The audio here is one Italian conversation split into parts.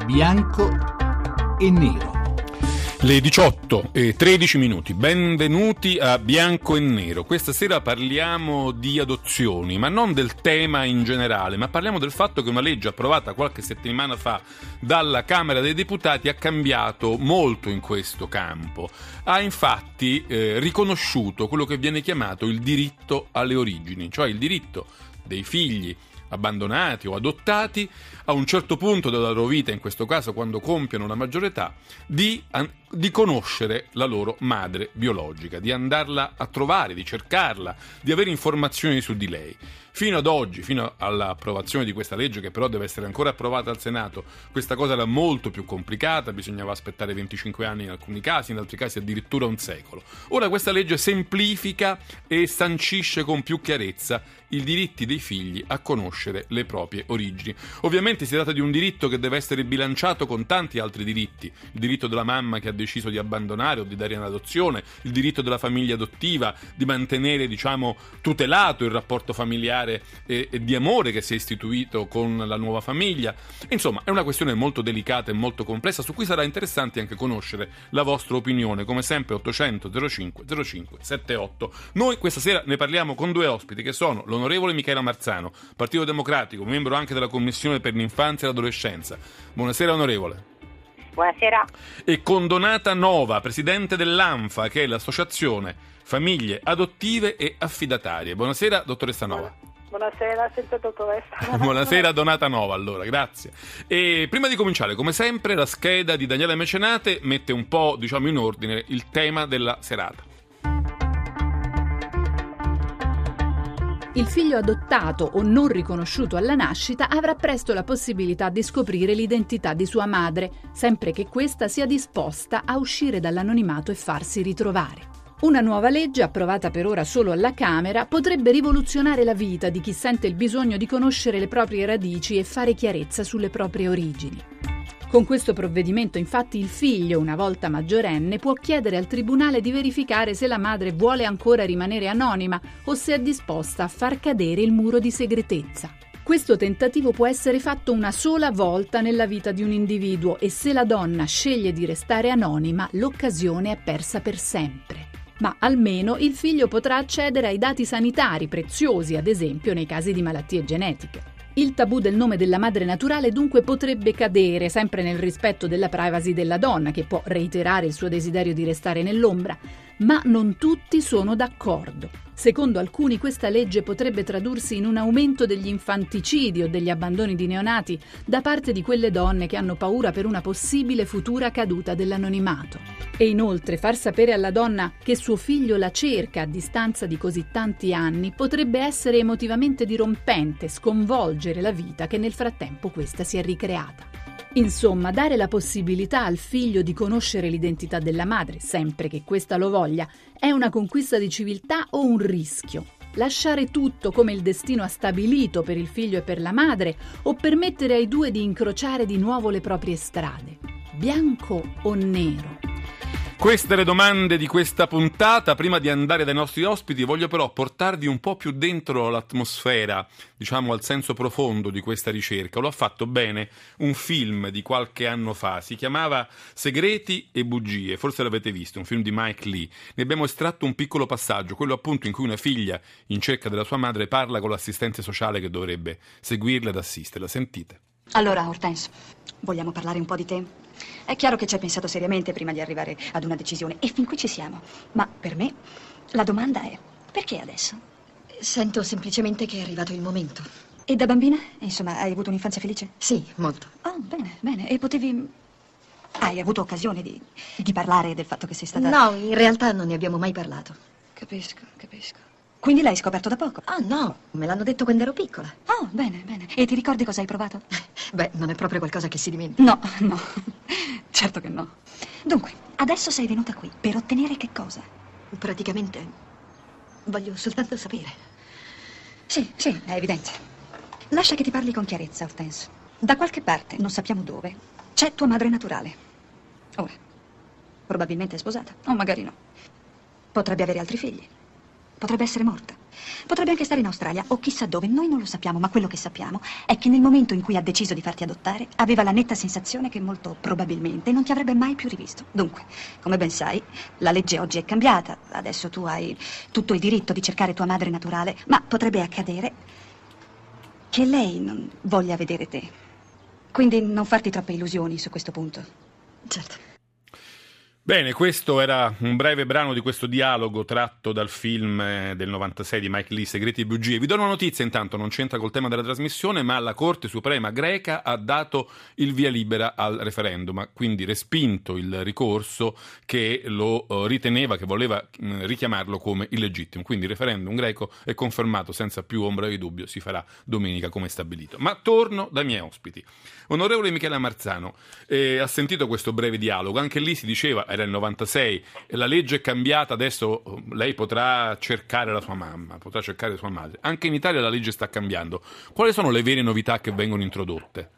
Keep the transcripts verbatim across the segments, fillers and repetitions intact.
Bianco e nero. Le diciotto e tredici minuti, benvenuti a Bianco e Nero. Questa sera parliamo di adozioni, ma non del tema in generale, ma parliamo del fatto che una legge approvata qualche settimana fa dalla Camera dei Deputati ha cambiato molto in questo campo. Ha infatti eh, riconosciuto quello che viene chiamato il diritto alle origini, cioè il diritto dei figli abbandonati o adottati a un certo punto della loro vita, in questo caso quando compiono la maggiore età, di, di conoscere la loro madre biologica, di andarla a trovare, di cercarla, di avere informazioni su di lei. Fino ad oggi, fino all'approvazione di questa legge, che però deve essere ancora approvata al Senato, questa cosa era molto più complicata, bisognava aspettare venticinque anni in alcuni casi, in altri casi addirittura un secolo. Ora questa legge semplifica e sancisce con più chiarezza i diritti dei figli a conoscere le proprie origini. Ovviamente si tratta di un diritto che deve essere bilanciato con tanti altri diritti: il diritto della mamma che ha deciso di abbandonare o di dare in adozione, il diritto della famiglia adottiva di mantenere, diciamo, tutelato il rapporto familiare e, e di amore che si è istituito con la nuova famiglia. Insomma, è una questione molto delicata e molto complessa, su cui sarà interessante anche conoscere la vostra opinione, come sempre ottocento zero cinque zero cinque settantotto. Noi questa sera ne parliamo con due ospiti che sono l'onorevole Michela Marzano, Partito Democratico, membro anche della Commissione per l'infanzia e l'adolescenza. Buonasera onorevole. Buonasera. E con Donata Nova, presidente dell'ANFA, che è l'associazione Famiglie Adottive e Affidatarie. Buonasera dottoressa Nova. Buonasera, sempre dottoressa. Buonasera Donata Nova, allora, grazie. E prima di cominciare, come sempre, la scheda di Daniele Mecenate mette un po', diciamo, in ordine il tema della serata. Il figlio adottato o non riconosciuto alla nascita avrà presto la possibilità di scoprire l'identità di sua madre, sempre che questa sia disposta a uscire dall'anonimato e farsi ritrovare. Una nuova legge, approvata per ora solo alla Camera, potrebbe rivoluzionare la vita di chi sente il bisogno di conoscere le proprie radici e fare chiarezza sulle proprie origini. Con questo provvedimento, infatti, il figlio, una volta maggiorenne, può chiedere al tribunale di verificare se la madre vuole ancora rimanere anonima o se è disposta a far cadere il muro di segretezza. Questo tentativo può essere fatto una sola volta nella vita di un individuo e se la donna sceglie di restare anonima, l'occasione è persa per sempre. Ma almeno il figlio potrà accedere ai dati sanitari preziosi, ad esempio nei casi di malattie genetiche. Il tabù del nome della madre naturale dunque potrebbe cadere, sempre nel rispetto della privacy della donna, che può reiterare il suo desiderio di restare nell'ombra, ma non tutti sono d'accordo. Secondo alcuni questa legge potrebbe tradursi in un aumento degli infanticidi o degli abbandoni di neonati da parte di quelle donne che hanno paura per una possibile futura caduta dell'anonimato. E inoltre far sapere alla donna che suo figlio la cerca a distanza di così tanti anni potrebbe essere emotivamente dirompente, sconvolgere la vita che nel frattempo questa si è ricreata. Insomma, dare la possibilità al figlio di conoscere l'identità della madre, sempre che questa lo voglia, è una conquista di civiltà o un rischio? Lasciare tutto come il destino ha stabilito per il figlio e per la madre o permettere ai due di incrociare di nuovo le proprie strade? Bianco o nero? Queste le domande di questa puntata. Prima di andare dai nostri ospiti voglio però portarvi un po' più dentro l'atmosfera, diciamo al senso profondo di questa ricerca. Lo ha fatto bene un film di qualche anno fa, si chiamava Segreti e bugie, forse l'avete visto, un film di Mike Lee. Ne abbiamo estratto un piccolo passaggio, quello appunto in cui una figlia in cerca della sua madre parla con l'assistente sociale che dovrebbe seguirla ed assisterla. Sentite. Allora, Hortense, vogliamo parlare un po' di te? È chiaro che ci hai pensato seriamente prima di arrivare ad una decisione e fin qui ci siamo. Ma per me la domanda è: perché adesso? Sento semplicemente che è arrivato il momento. E da bambina? Insomma, hai avuto un'infanzia felice? Sì, molto. Oh, bene, bene. E potevi... Hai avuto occasione di, di parlare del fatto che sei stata... No, in realtà non ne abbiamo mai parlato. Capisco, capisco. Quindi l'hai scoperto da poco? Ah, no, me l'hanno detto quando ero piccola. Oh, bene, bene. E ti ricordi cosa hai provato? Beh, non è proprio qualcosa che si dimentica. No, no, certo che no. Dunque, adesso sei venuta qui per ottenere che cosa? Praticamente voglio soltanto sapere. Sì, sì, è evidente. Lascia che ti parli con chiarezza, Hortense. Da qualche parte, non sappiamo dove, c'è tua madre naturale. Ora, probabilmente è sposata, o magari no. Potrebbe avere altri figli. Potrebbe essere morta. Potrebbe anche stare in Australia o chissà dove, noi non lo sappiamo, ma quello che sappiamo è che nel momento in cui ha deciso di farti adottare aveva la netta sensazione che molto probabilmente non ti avrebbe mai più rivisto. Dunque, come ben sai, la legge oggi è cambiata, adesso tu hai tutto il diritto di cercare tua madre naturale, ma potrebbe accadere che lei non voglia vedere te. Quindi non farti troppe illusioni su questo punto. Certo. Bene, questo era un breve brano di questo dialogo tratto dal film del novantasei di Mike Leigh, Segreti e bugie. Vi do una notizia intanto, non c'entra col tema della trasmissione, ma la Corte Suprema greca ha dato il via libera al referendum, ha quindi respinto il ricorso che lo riteneva, che voleva richiamarlo come illegittimo. Quindi il referendum greco è confermato senza più ombra di dubbio, si farà domenica come stabilito. Ma torno dai miei ospiti. Onorevole Michela Marzano, eh, ha sentito questo breve dialogo, anche lì si diceva, era il novantasei, e la legge è cambiata, adesso lei potrà cercare la sua mamma, potrà cercare sua madre. Anche in Italia la legge sta cambiando. Quali sono le vere novità che vengono introdotte?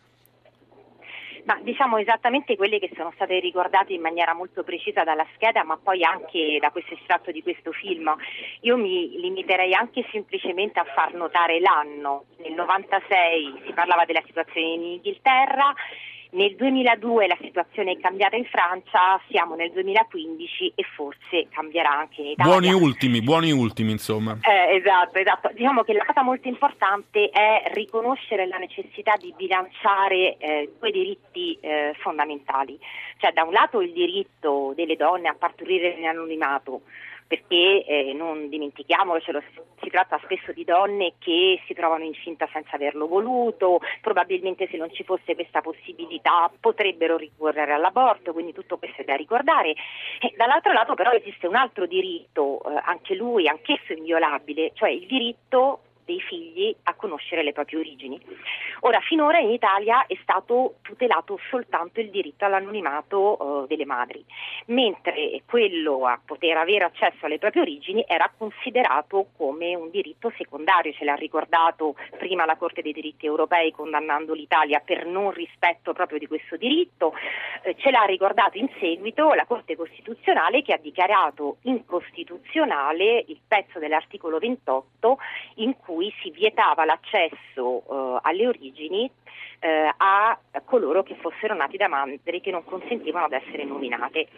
Ma diciamo esattamente quelle che sono state ricordate in maniera molto precisa dalla scheda, ma poi anche da questo estratto di questo film. Io mi limiterei anche semplicemente a far notare l'anno. Nel novantasei si parlava della situazione in Inghilterra, nel duemiladue la situazione è cambiata in Francia, siamo nel duemilaquindici e forse cambierà anche in Italia. Buoni ultimi, buoni ultimi insomma. Eh, esatto, esatto. Diciamo che la cosa molto importante è riconoscere la necessità di bilanciare eh, due diritti eh, fondamentali. Cioè da un lato il diritto delle donne a partorire in anonimato, perché eh, non dimentichiamocelo, si tratta spesso di donne che si trovano incinta senza averlo voluto, probabilmente se non ci fosse questa possibilità potrebbero ricorrere all'aborto, quindi tutto questo è da ricordare. E dall'altro lato però esiste un altro diritto, eh, anche lui, anch'esso inviolabile, cioè il diritto dei figli a conoscere le proprie origini. Ora, finora in Italia è stato tutelato soltanto il diritto all'anonimato eh, delle madri, mentre quello a poter avere accesso alle proprie origini era considerato come un diritto secondario. Ce l'ha ricordato prima la Corte dei diritti europei condannando l'Italia per non rispetto proprio di questo diritto, eh, ce l'ha ricordato in seguito la Corte Costituzionale che ha dichiarato incostituzionale il pezzo dell'articolo ventotto in cui si vietava l'accesso uh, alle origini uh, a coloro che fossero nati da madri che non consentivano di essere nominate.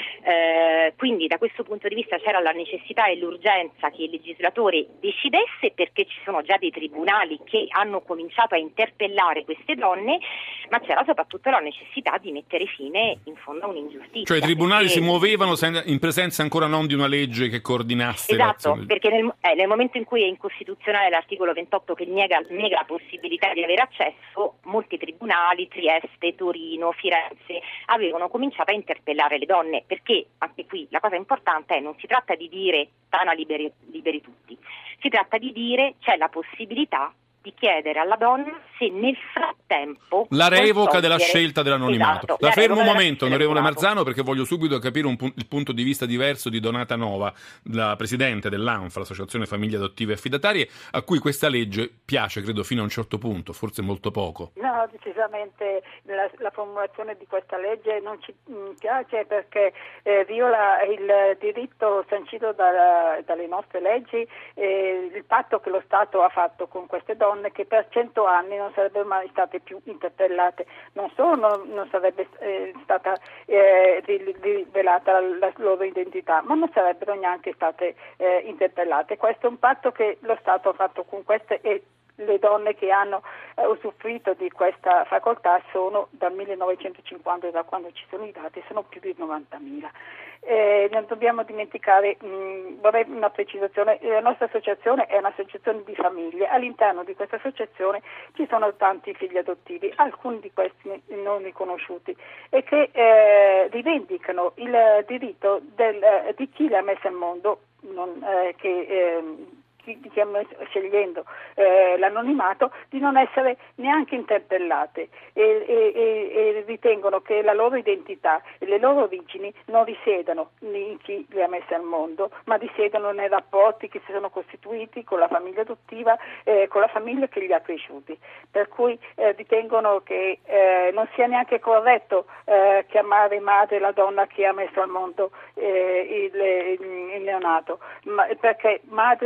Uh, quindi da questo punto di vista c'era la necessità e l'urgenza che il legislatore decidesse, perché ci sono già dei tribunali che hanno cominciato a interpellare queste donne, ma c'era soprattutto la necessità di mettere fine in fondo a un'ingiustizia. Cioè i tribunali perché... si muovevano in presenza ancora non di una legge che coordinasse. Esatto, perché nel, eh, nel momento in cui è incostituzionale l'articolo ventotto che nega, nega la possibilità di avere accesso, molti tribunali, Trieste, Torino, Firenze, avevano cominciato a interpellare le donne, perché anche qui la cosa importante è non si tratta di dire Tana liberi, liberi tutti, si tratta di dire c'è la possibilità di chiedere alla donna se nel frattempo la revoca togliere... della scelta dell'anonimato. Esatto, la, la fermo un momento, momento, onorevole Marzano, perché voglio subito capire un pu- il punto di vista diverso di Donata Nova, la presidente dell'ANFA, l'Associazione Famiglie Adottive e Affidatarie, a cui questa legge piace, credo, fino a un certo punto, forse molto poco. No, decisamente la, la formulazione di questa legge non ci mh, piace perché eh, viola il diritto sancito da, dalle nostre leggi, eh, il patto che lo Stato ha fatto con queste donne, che per cento anni non sarebbero mai state più interpellate, non solo non, non sarebbe eh, stata eh, rivelata la loro identità, ma non sarebbero neanche state eh, interpellate. Questo è un patto che lo Stato ha fatto con queste e le donne che hanno eh, usufruito di questa facoltà sono dal millenovecentocinquanta, da quando ci sono i dati, sono più di novantamila. Eh, non dobbiamo dimenticare, mh, vorrei una precisazione, la nostra associazione è un'associazione di famiglie, all'interno di questa associazione ci sono tanti figli adottivi, alcuni di questi non riconosciuti e che eh, rivendicano il diritto del, eh, di chi li ha messi al mondo, non, eh, che eh, di chi scegliendo eh, l'anonimato, di non essere neanche interpellate e, e, e ritengono che la loro identità e le loro origini non risiedano in chi li ha messi al mondo, ma risiedono nei rapporti che si sono costituiti con la famiglia adottiva, eh, con la famiglia che li ha cresciuti, per cui eh, ritengono che eh, non sia neanche corretto eh, chiamare madre la donna che ha messo al mondo eh, il, il, il neonato, ma, perché madre lo si diventa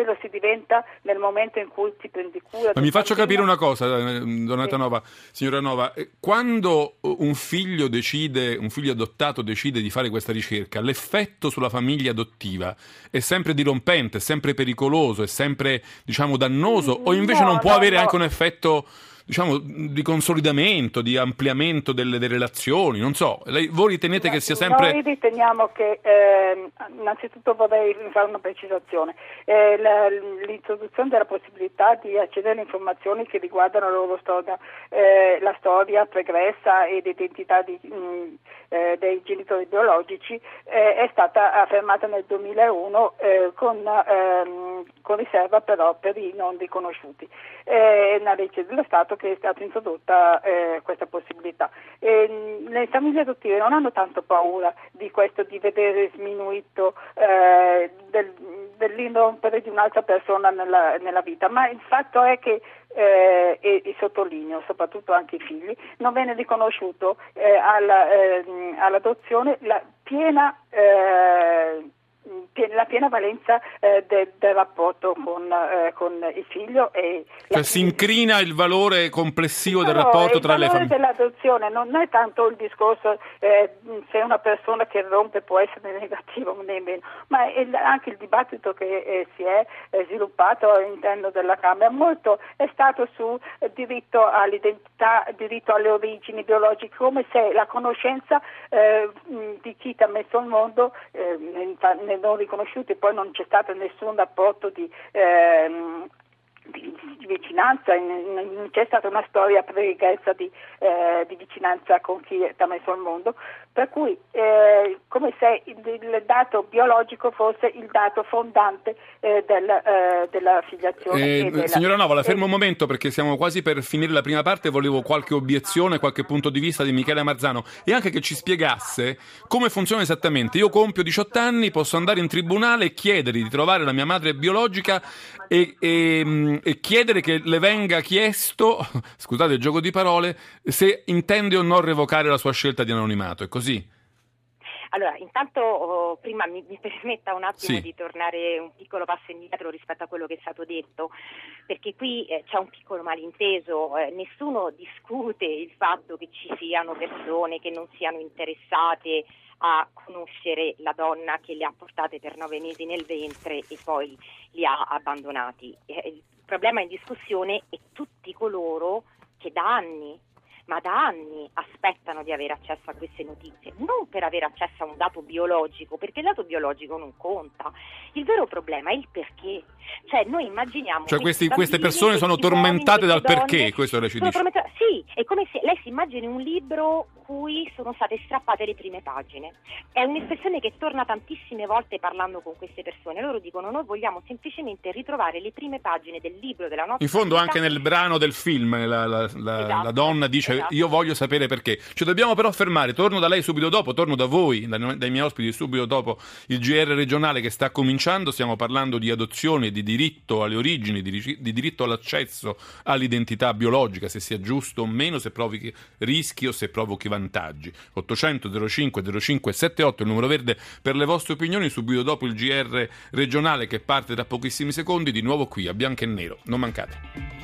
diventa nel momento in cui ti prendi cura. Ma mi faccio bambino. capire una cosa, Donata Sì. Nova, signora Nova, quando un figlio decide, un figlio adottato decide di fare questa ricerca, l'effetto sulla famiglia adottiva è sempre dirompente, è sempre pericoloso, è sempre, diciamo, dannoso, o invece No, non può no, avere no. anche un effetto, diciamo, di consolidamento, di ampliamento delle, delle relazioni, non so, lei, voi ritenete che sia sempre... Noi riteniamo che, eh, innanzitutto vorrei fare una precisazione, eh, la, l'introduzione della possibilità di accedere alle informazioni che riguardano la loro storia, eh, la storia pregressa ed identità di, mh, eh, dei genitori biologici eh, è stata affermata nel duemilauno eh, con, ehm, con riserva però per i non riconosciuti. È una legge dello Stato che è stata introdotta eh, questa possibilità. E, le famiglie adottive non hanno tanto paura di questo, di vedere sminuito eh, del, dell'inrompere di un'altra persona nella, nella vita, ma il fatto è che eh, e, e sottolineo soprattutto anche i figli, non viene riconosciuto eh, alla, eh, all'adozione la piena eh, la piena valenza eh, del, del rapporto con, eh, con il figlio e Cioè la si incrina il valore complessivo del No, rapporto tra le il valore famiglie. dell'adozione non è tanto il discorso eh, se una persona che rompe può essere negativo o nemmeno, ma è il, anche il dibattito che eh, si è eh, sviluppato all'interno della Camera molto è stato su eh, diritto all'identità, diritto alle origini biologiche, come se la conoscenza eh, di chi ti ha messo al mondo eh, ne non riconosciuti, poi non c'è stato nessun rapporto di ehm, di, di vicinanza, non c'è stata una storia pregressa di, eh, di vicinanza con chi ti ha messo al mondo, per cui eh, come se il, il dato biologico fosse il dato fondante eh, del, eh, della filiazione. Eh, e della, signora Nova, la eh, fermo un momento perché siamo quasi per finire la prima parte, volevo qualche obiezione, qualche punto di vista di Michele Marzano e anche che ci spiegasse come funziona esattamente. Io compio diciotto anni, posso andare in tribunale e chiedere di trovare la mia madre biologica e, e, e chiedere che le venga chiesto, scusate il gioco di parole, se intende o no revocare la sua scelta di anonimato, è così? Allora, intanto oh, prima mi, mi permetta un attimo Sì. di tornare un piccolo passo indietro rispetto a quello che è stato detto, perché qui eh, c'è un piccolo malinteso, eh, nessuno discute il fatto che ci siano persone che non siano interessate a conoscere la donna che le ha portate per nove mesi nel ventre e poi li ha abbandonati. Eh, il problema in discussione è tutti coloro che da anni ma da anni aspettano di avere accesso a queste notizie, non per avere accesso a un dato biologico, perché il dato biologico non conta. Il vero problema è il perché. Cioè noi immaginiamo Cioè che questi, questi queste bambini, persone sono questi uomini, tormentate dal queste perché, donne questo lei ci sono dice. tormentate- Sì, è come se lei si immagini un libro cui sono state strappate le prime pagine. È un'espressione che torna tantissime volte parlando con queste persone. Loro dicono: noi vogliamo semplicemente ritrovare le prime pagine del libro della nostra In fondo vita. anche nel brano del film la, la, la, Esatto, la donna dice esatto. io voglio sapere perché. Ci dobbiamo però fermare, torno da lei subito dopo, torno da voi, dai, dai miei ospiti subito dopo il G R regionale che sta cominciando. Stiamo parlando di adozione, di diritto alle origini, di, di diritto all'accesso all'identità biologica, se sia giusto o meno, se provochi rischi o se provochi vantaggi. ottocento zero cinque zero cinque settantotto il numero verde per le vostre opinioni, subito dopo il G R regionale che parte da pochissimi secondi, di nuovo qui a Bianco e Nero, non mancate.